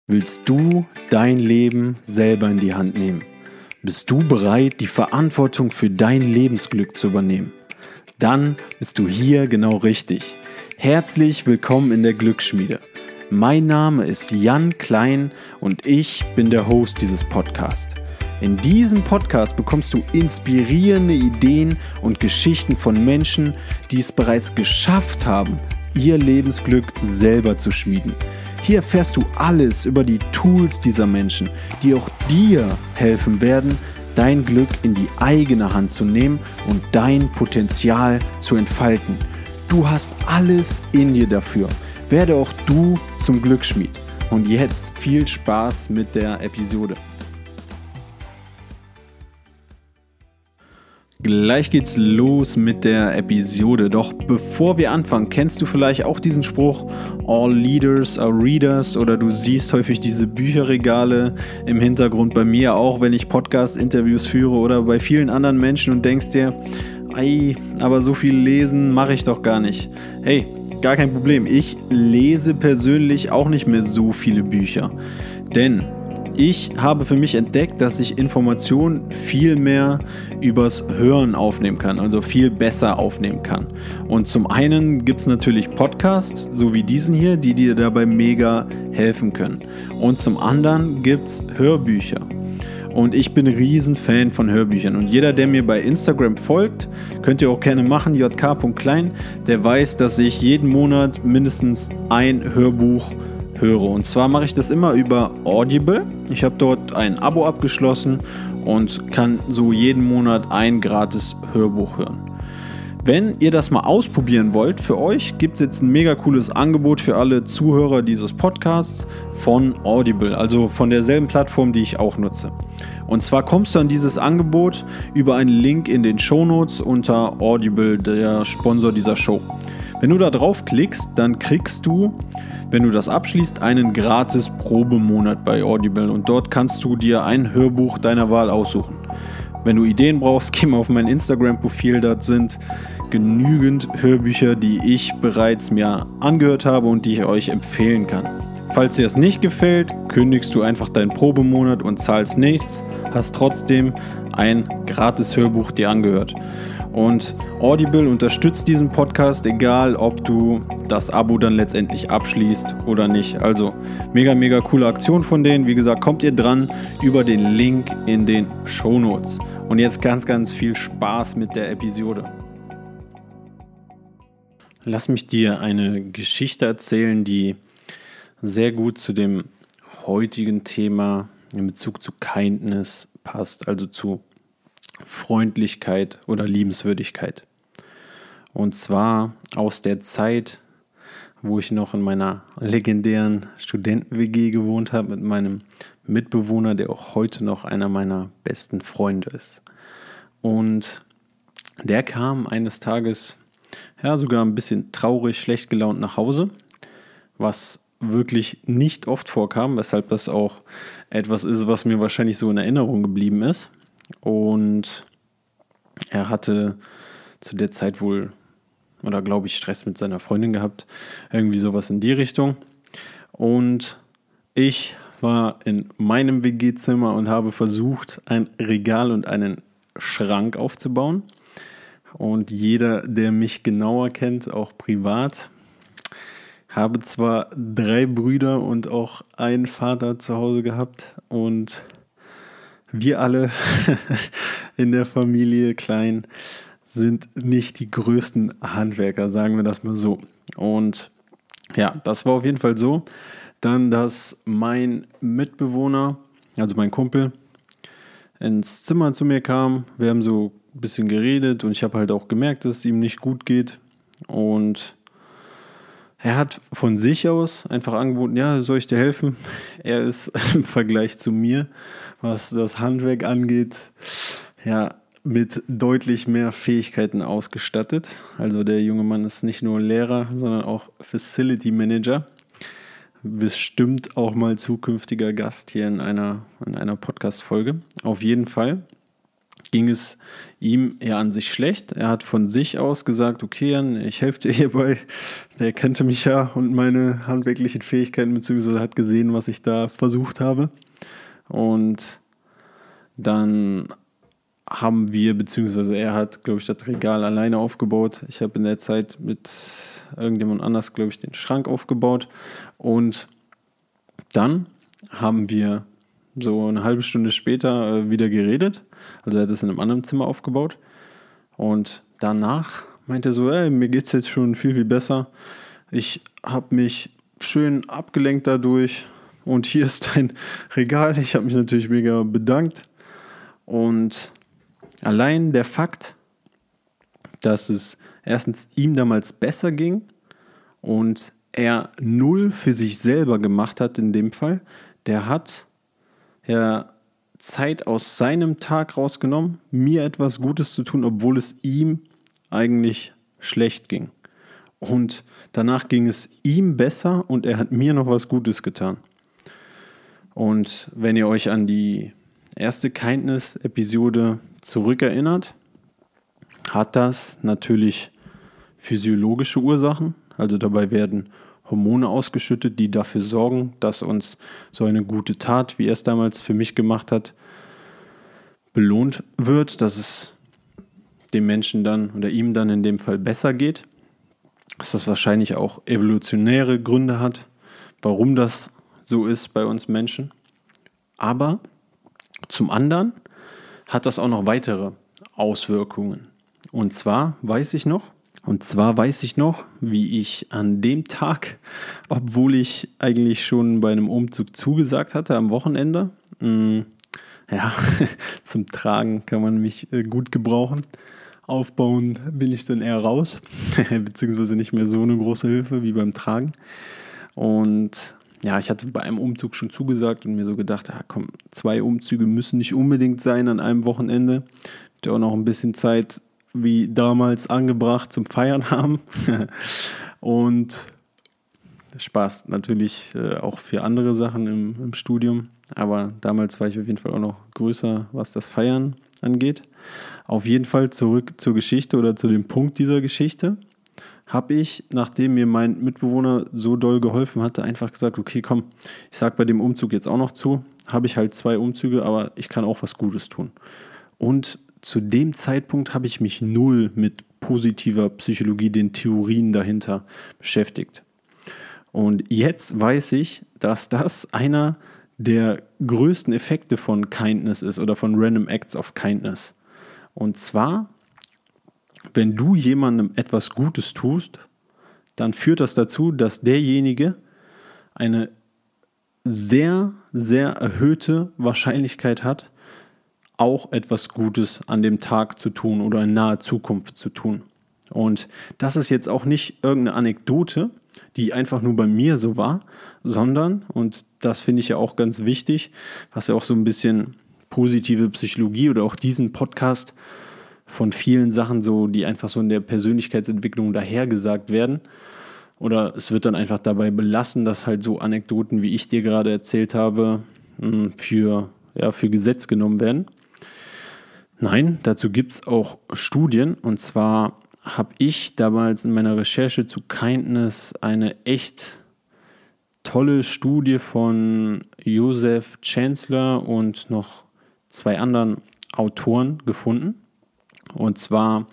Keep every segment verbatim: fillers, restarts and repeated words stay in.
Willst du dein Leben selber in die Hand nehmen? Bist du bereit, die Verantwortung für dein Lebensglück zu übernehmen? Dann bist du hier genau richtig. Herzlich willkommen in der Glücksschmiede. Mein Name ist Jan Klein und ich bin der Host dieses Podcasts. In diesem Podcast bekommst du inspirierende Ideen und Geschichten von Menschen, die es bereits geschafft haben, ihr Lebensglück selber zu schmieden. Hier erfährst du alles über die Tools dieser Menschen, die auch dir helfen werden, dein Glück in die eigene Hand zu nehmen und dein Potenzial zu entfalten. Du hast alles in dir dafür. Werde auch du zum Glücksschmied. Und jetzt viel Spaß mit der Episode. Gleich geht's los mit der Episode. Doch bevor wir anfangen, kennst du vielleicht auch diesen Spruch, All Leaders are Readers, oder du siehst häufig diese Bücherregale im Hintergrund, bei mir auch, wenn ich Podcast-Interviews führe oder bei vielen anderen Menschen und denkst dir, ei, aber so viel lesen mache ich doch gar nicht. Hey, gar kein Problem. Ich lese persönlich auch nicht mehr so viele Bücher, denn ich habe für mich entdeckt, dass ich Informationen viel mehr übers Hören aufnehmen kann, also viel besser aufnehmen kann. Und zum einen gibt es natürlich Podcasts, so wie diesen hier, die dir dabei mega helfen können. Und zum anderen gibt es Hörbücher. Und ich bin ein Riesenfan von Hörbüchern. Und jeder, der mir bei Instagram folgt, könnt ihr auch gerne machen, j k punkt klein, der weiß, dass ich jeden Monat mindestens ein Hörbuch höre. Und zwar mache ich das immer über Audible. Ich habe dort ein Abo abgeschlossen und kann so jeden Monat ein gratis Hörbuch hören. Wenn ihr das mal ausprobieren wollt, für euch gibt es jetzt ein mega cooles Angebot für alle Zuhörer dieses Podcasts von Audible, also von derselben Plattform, die ich auch nutze. Und zwar kommst du an dieses Angebot über einen Link in den Shownotes unter Audible, der Sponsor dieser Show. Wenn du da drauf klickst, dann kriegst du, wenn du das abschließt, einen gratis Probemonat bei Audible und dort kannst du dir ein Hörbuch deiner Wahl aussuchen. Wenn du Ideen brauchst, geh mal auf mein Instagram-Profil, dort sind genügend Hörbücher, die ich bereits mir angehört habe und die ich euch empfehlen kann. Falls dir es nicht gefällt, kündigst du einfach deinen Probemonat und zahlst nichts, hast trotzdem ein gratis Hörbuch dir angehört. Und Audible unterstützt diesen Podcast, egal ob du das Abo dann letztendlich abschließt oder nicht. Also mega, mega coole Aktion von denen. Wie gesagt, kommt ihr dran über den Link in den Shownotes. Und jetzt ganz, ganz viel Spaß mit der Episode. Lass mich dir eine Geschichte erzählen, die sehr gut zu dem heutigen Thema in Bezug zu Kindness passt, also zu Freundlichkeit oder Liebenswürdigkeit. Und zwar aus der Zeit, wo ich noch in meiner legendären Studenten-W G gewohnt habe mit meinem Mitbewohner, der auch heute noch einer meiner besten Freunde ist. Und der kam eines Tages, ja, sogar ein bisschen traurig, schlecht gelaunt nach Hause, was wirklich nicht oft vorkam, weshalb das auch etwas ist, was mir wahrscheinlich so in Erinnerung geblieben ist. Und er hatte zu der Zeit wohl, oder glaube ich, Stress mit seiner Freundin gehabt. Irgendwie sowas in die Richtung. Und ich war in meinem W G-Zimmer und habe versucht, ein Regal und einen Schrank aufzubauen. Und jeder, der mich genauer kennt, auch privat, habe zwar drei Brüder und auch einen Vater zu Hause gehabt und wir alle in der Familie Klein sind nicht die größten Handwerker, sagen wir das mal so. Und ja, das war auf jeden Fall so. Dann, dass mein Mitbewohner, also mein Kumpel, ins Zimmer zu mir kam. Wir haben so ein bisschen geredet und ich habe halt auch gemerkt, dass es ihm nicht gut geht. Und er hat von sich aus einfach angeboten, ja, soll ich dir helfen? Er ist im Vergleich zu mir, was das Handwerk angeht, ja, mit deutlich mehr Fähigkeiten ausgestattet. Also der junge Mann ist nicht nur Lehrer, sondern auch Facility Manager. Bestimmt auch mal zukünftiger Gast hier in einer, in einer Podcast-Folge. Auf jeden Fall ging es ihm ja an sich schlecht. Er hat von sich aus gesagt, okay, Jan, ich helfe dir hierbei. Der kannte mich ja und meine handwerklichen Fähigkeiten, beziehungsweise hat gesehen, was ich da versucht habe. Und dann haben wir, beziehungsweise er hat, glaube ich, das Regal alleine aufgebaut. Ich habe in der Zeit mit irgendjemand anders, glaube ich, den Schrank aufgebaut. Und dann haben wir so eine halbe Stunde später äh, wieder geredet. Also er hat es in einem anderen Zimmer aufgebaut. Und danach meinte er so, ey, mir geht es jetzt schon viel, viel besser. Ich habe mich schön abgelenkt dadurch. Und hier ist dein Regal. Ich habe mich natürlich mega bedankt. Und allein der Fakt, dass es erstens ihm damals besser ging und er null für sich selber gemacht hat in dem Fall, der hat ja Zeit aus seinem Tag rausgenommen, mir etwas Gutes zu tun, obwohl es ihm eigentlich schlecht ging. Und danach ging es ihm besser und er hat mir noch was Gutes getan. Und wenn ihr euch an die erste Kindness-Episode zurückerinnert, hat das natürlich physiologische Ursachen. Also dabei werden Hormone ausgeschüttet, die dafür sorgen, dass uns so eine gute Tat, wie er es damals für mich gemacht hat, belohnt wird, dass es dem Menschen dann oder ihm dann in dem Fall besser geht. Dass das wahrscheinlich auch evolutionäre Gründe hat, warum das so ist bei uns Menschen. Aber zum anderen hat das auch noch weitere Auswirkungen. Und zwar weiß ich noch, und zwar weiß ich noch, wie ich an dem Tag, obwohl ich eigentlich schon bei einem Umzug zugesagt hatte am Wochenende, mh, ja, zum Tragen kann man mich äh, gut gebrauchen. Aufbauen bin ich dann eher raus, beziehungsweise nicht mehr so eine große Hilfe wie beim Tragen. Und ja, ich hatte bei einem Umzug schon zugesagt und mir so gedacht, ja komm, zwei Umzüge müssen nicht unbedingt sein an einem Wochenende. Ich auch noch ein bisschen Zeit wie damals angebracht zum Feiern haben. Und Spaß natürlich äh, auch für andere Sachen im, im Studium. Aber damals war ich auf jeden Fall auch noch größer, was das Feiern angeht. Auf jeden Fall zurück zur Geschichte oder zu dem Punkt dieser Geschichte. Habe ich, nachdem mir mein Mitbewohner so doll geholfen hatte, einfach gesagt, okay, komm, ich sag bei dem Umzug jetzt auch noch zu. Habe ich halt zwei Umzüge, aber ich kann auch was Gutes tun. Und zu dem Zeitpunkt habe ich mich null mit positiver Psychologie, den Theorien dahinter beschäftigt. Und jetzt weiß ich, dass das einer der größten Effekte von Kindness ist oder von Random Acts of Kindness. Und zwar, wenn du jemandem etwas Gutes tust, dann führt das dazu, dass derjenige eine sehr, sehr erhöhte Wahrscheinlichkeit hat, auch etwas Gutes an dem Tag zu tun oder in naher Zukunft zu tun. Und das ist jetzt auch nicht irgendeine Anekdote, die einfach nur bei mir so war, sondern, und das finde ich ja auch ganz wichtig, was ja auch so ein bisschen positive Psychologie oder auch diesen Podcast von vielen Sachen so, die einfach so in der Persönlichkeitsentwicklung dahergesagt werden. Oder es wird dann einfach dabei belassen, dass halt so Anekdoten, wie ich dir gerade erzählt habe, für, ja, für Gesetz genommen werden. Nein, dazu gibt es auch Studien. Und zwar habe ich damals in meiner Recherche zu Kindness eine echt tolle Studie von Joseph Chancellor und noch zwei anderen Autoren gefunden. Und zwar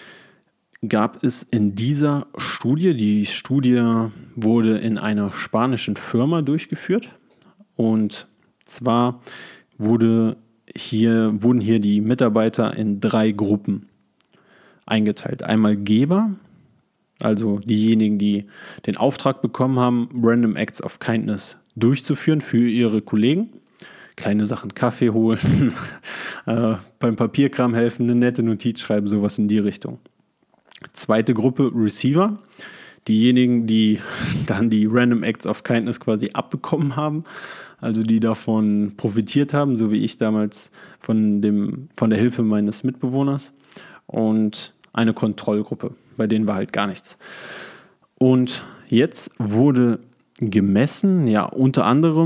gab es in dieser Studie, die Studie wurde in einer spanischen Firma durchgeführt. Und zwar wurde hier, wurden hier die Mitarbeiter in drei Gruppen eingeteilt. Einmal Geber, also diejenigen, die den Auftrag bekommen haben, Random Acts of Kindness durchzuführen für ihre Kollegen. Kleine Sachen, Kaffee holen, äh, beim Papierkram helfen, eine nette Notiz schreiben, sowas in die Richtung. Zweite Gruppe, Receiver, diejenigen, die dann die Random Acts of Kindness quasi abbekommen haben, also die davon profitiert haben, so wie ich damals von, dem, von der Hilfe meines Mitbewohners. Und eine Kontrollgruppe, bei denen war halt gar nichts. Und jetzt wurde gemessen, ja, unter anderem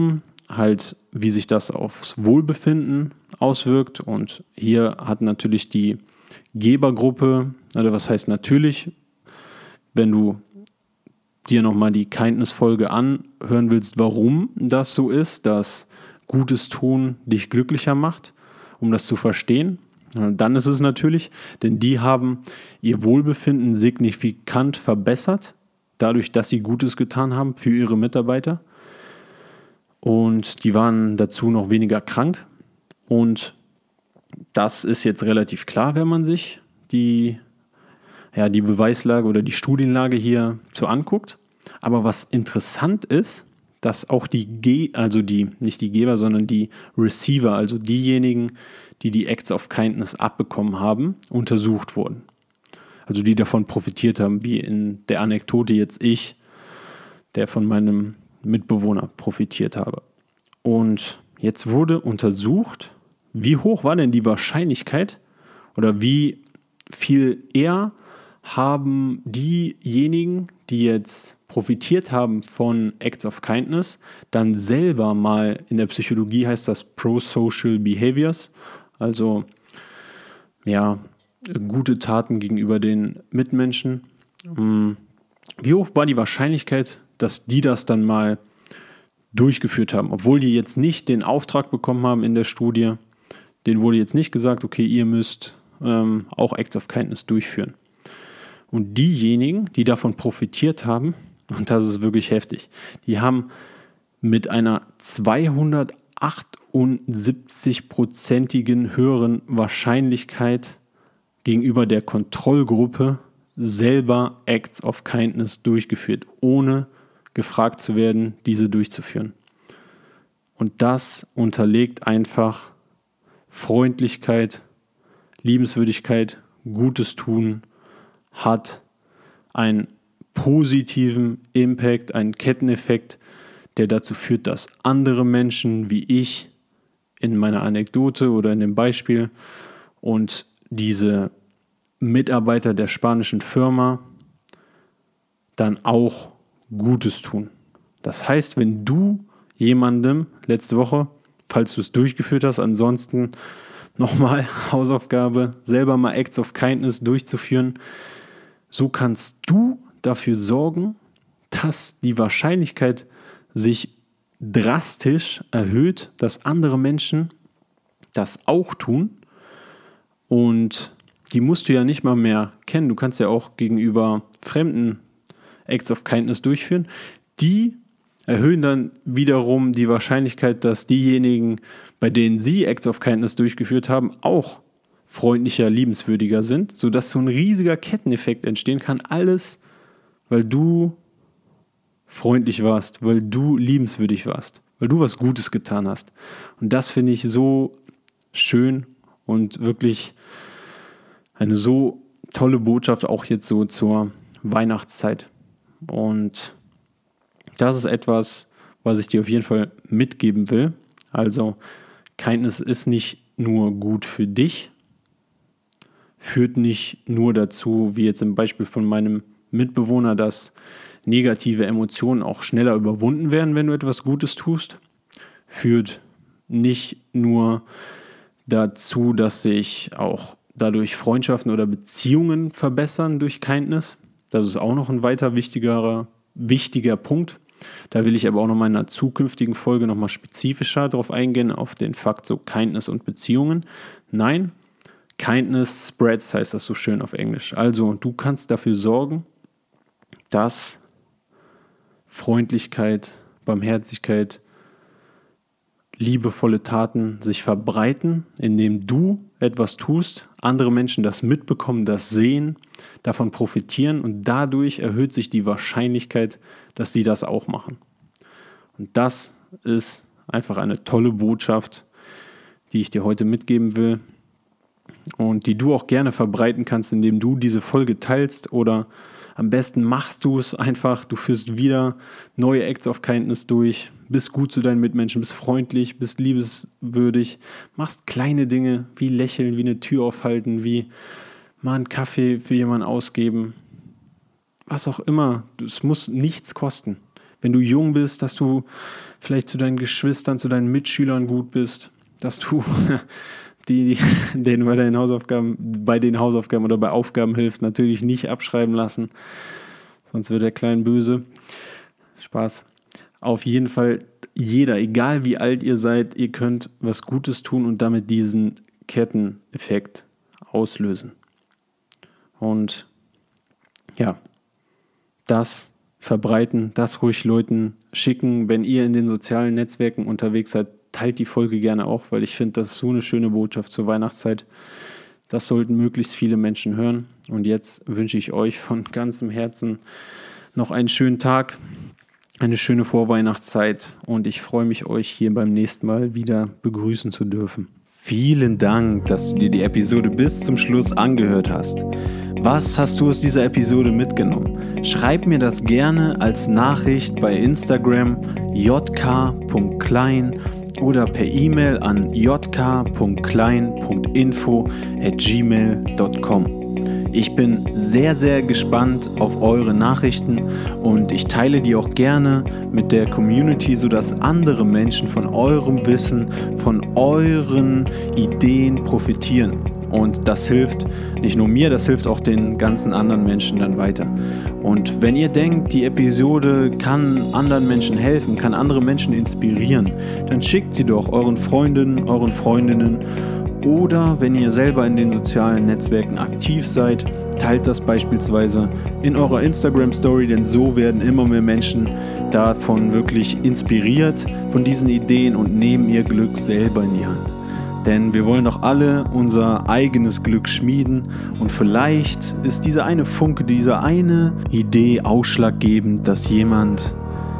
halt, wie sich das aufs Wohlbefinden auswirkt. Und hier hat natürlich die Gebergruppe, oder was heißt natürlich, wenn du dir nochmal die Kindness-Folge anhören willst, warum das so ist, dass Gutes tun dich glücklicher macht, um das zu verstehen, dann ist es natürlich, denn die haben ihr Wohlbefinden signifikant verbessert, dadurch, dass sie Gutes getan haben für ihre Mitarbeiter. Und die waren dazu noch weniger krank. Und das ist jetzt relativ klar, wenn man sich die, ja, die Beweislage oder die Studienlage hier so anguckt. Aber was interessant ist, dass auch die, Ge- also die, nicht die Geber, sondern die Receiver, also diejenigen, die die Acts of Kindness abbekommen haben, untersucht wurden. Also die davon profitiert haben, wie in der Anekdote jetzt ich, der von meinem Mitbewohner profitiert habe. Und jetzt wurde untersucht, wie hoch war denn die Wahrscheinlichkeit oder wie viel eher haben diejenigen, die jetzt profitiert haben von Acts of Kindness, dann selber mal, in der Psychologie heißt das Pro-Social Behaviors, also ja, gute Taten gegenüber den Mitmenschen. Wie hoch war die Wahrscheinlichkeit, dass die das dann mal durchgeführt haben, obwohl die jetzt nicht den Auftrag bekommen haben in der Studie, denen wurde jetzt nicht gesagt, okay, ihr müsst ähm, auch Acts of Kindness durchführen. Und diejenigen, die davon profitiert haben, und das ist wirklich heftig, die haben mit einer zweihundertachtundsiebzig-prozentigen höheren Wahrscheinlichkeit gegenüber der Kontrollgruppe selber Acts of Kindness durchgeführt, ohne gefragt zu werden, diese durchzuführen. Und das unterlegt einfach Freundlichkeit, Liebenswürdigkeit, Gutes tun, hat einen positiven Impact, einen Ketteneffekt, der dazu führt, dass andere Menschen wie ich in meiner Anekdote oder in dem Beispiel und diese Mitarbeiter der spanischen Firma dann auch Gutes tun. Das heißt, wenn du jemandem letzte Woche, falls du es durchgeführt hast, ansonsten nochmal Hausaufgabe, selber mal Acts of Kindness durchzuführen, so kannst du dafür sorgen, dass die Wahrscheinlichkeit sich drastisch erhöht, dass andere Menschen das auch tun. Und die musst du ja nicht mal mehr kennen. Du kannst ja auch gegenüber Fremden Acts of Kindness durchführen. Die erhöhen dann wiederum die Wahrscheinlichkeit, dass diejenigen, bei denen sie Acts of Kindness durchgeführt haben, auch freundlicher, liebenswürdiger sind, sodass so ein riesiger Ketteneffekt entstehen kann. Alles, weil du freundlich warst, weil du liebenswürdig warst, weil du was Gutes getan hast. Und das finde ich so schön und wirklich eine so tolle Botschaft, auch jetzt so zur Weihnachtszeit. Und das ist etwas, was ich dir auf jeden Fall mitgeben will. Also Kindness ist nicht nur gut für dich, führt nicht nur dazu, wie jetzt im Beispiel von meinem Mitbewohner, dass negative Emotionen auch schneller überwunden werden, wenn du etwas Gutes tust, führt nicht nur dazu, dass sich auch dadurch Freundschaften oder Beziehungen verbessern durch Kindness. Das ist auch noch ein weiter wichtigerer, wichtiger Punkt. Da will ich aber auch noch mal in einer zukünftigen Folge noch mal spezifischer darauf eingehen, auf den Fakt so Kindness und Beziehungen. Nein, Kindness spreads, heißt das so schön auf Englisch. Also du kannst dafür sorgen, dass Freundlichkeit, Barmherzigkeit, liebevolle Taten sich verbreiten, indem du etwas tust, andere Menschen das mitbekommen, das sehen, davon profitieren und dadurch erhöht sich die Wahrscheinlichkeit, dass sie das auch machen. Und das ist einfach eine tolle Botschaft, die ich dir heute mitgeben will und die du auch gerne verbreiten kannst, indem du diese Folge teilst oder am besten machst du es einfach, du führst wieder neue Acts of Kindness durch, bist gut zu deinen Mitmenschen, bist freundlich, bist liebenswürdig, machst kleine Dinge wie lächeln, wie eine Tür aufhalten, wie mal einen Kaffee für jemanden ausgeben, was auch immer. Es muss nichts kosten. wenn du jung bist, dass du vielleicht zu deinen Geschwistern, zu deinen Mitschülern gut bist, dass du die, denen bei den Hausaufgaben, bei den Hausaufgaben oder bei Aufgaben hilfst, natürlich nicht abschreiben lassen, sonst wird der Klein böse. Spaß. Auf jeden Fall jeder, egal wie alt ihr seid, ihr könnt was Gutes tun und damit diesen Ketteneffekt auslösen. Und ja, das verbreiten, das ruhig Leuten schicken. Wenn ihr in den sozialen Netzwerken unterwegs seid, teilt die Folge gerne auch, weil ich finde, das ist so eine schöne Botschaft zur Weihnachtszeit. Das sollten möglichst viele Menschen hören. Und jetzt wünsche ich euch von ganzem Herzen noch einen schönen Tag, eine schöne Vorweihnachtszeit und ich freue mich, euch hier beim nächsten Mal wieder begrüßen zu dürfen. Vielen Dank, dass du dir die Episode bis zum Schluss angehört hast. Was hast du aus dieser Episode mitgenommen? Schreib mir das gerne als Nachricht bei Instagram j k punkt klein oder per E-Mail an j k punkt klein punkt info at gmail punkt com. Ich bin sehr, sehr gespannt auf eure Nachrichten und ich teile die auch gerne mit der Community, sodass andere Menschen von eurem Wissen, von euren Ideen profitieren. Und das hilft nicht nur mir, das hilft auch den ganzen anderen Menschen dann weiter. Und wenn ihr denkt, die Episode kann anderen Menschen helfen, kann andere Menschen inspirieren, dann schickt sie doch euren Freundinnen, euren Freundinnen. Oder wenn ihr selber in den sozialen Netzwerken aktiv seid, teilt das beispielsweise in eurer Instagram-Story, denn so werden immer mehr Menschen davon wirklich inspiriert, von diesen Ideen und nehmen ihr Glück selber in die Hand. Denn wir wollen doch alle unser eigenes Glück schmieden und vielleicht ist diese eine Funke, diese eine Idee ausschlaggebend, dass jemand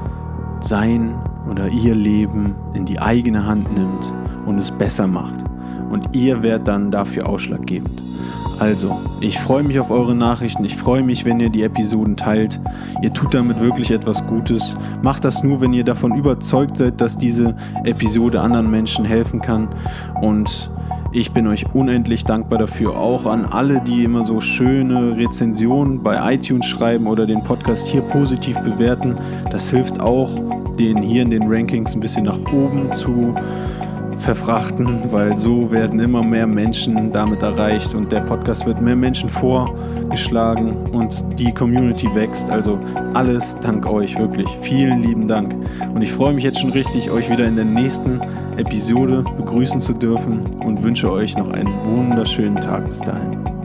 sein oder ihr Leben in die eigene Hand nimmt und es besser macht. Und ihr werdet dann dafür ausschlaggebend. Also, ich freue mich auf eure Nachrichten. Ich freue mich, wenn ihr die Episoden teilt. Ihr tut damit wirklich etwas Gutes. Macht das nur, wenn ihr davon überzeugt seid, dass diese Episode anderen Menschen helfen kann. Und ich bin euch unendlich dankbar dafür. Auch an alle, die immer so schöne Rezensionen bei iTunes schreiben oder den Podcast hier positiv bewerten. Das hilft auch, den hier in den Rankings ein bisschen nach oben zu verfrachten, weil so werden immer mehr Menschen damit erreicht und der Podcast wird mehr Menschen vorgeschlagen und die Community wächst. Also alles dank euch, wirklich. Vielen lieben Dank. Und ich freue mich jetzt schon richtig, euch wieder in der nächsten Episode begrüßen zu dürfen und wünsche euch noch einen wunderschönen Tag bis dahin.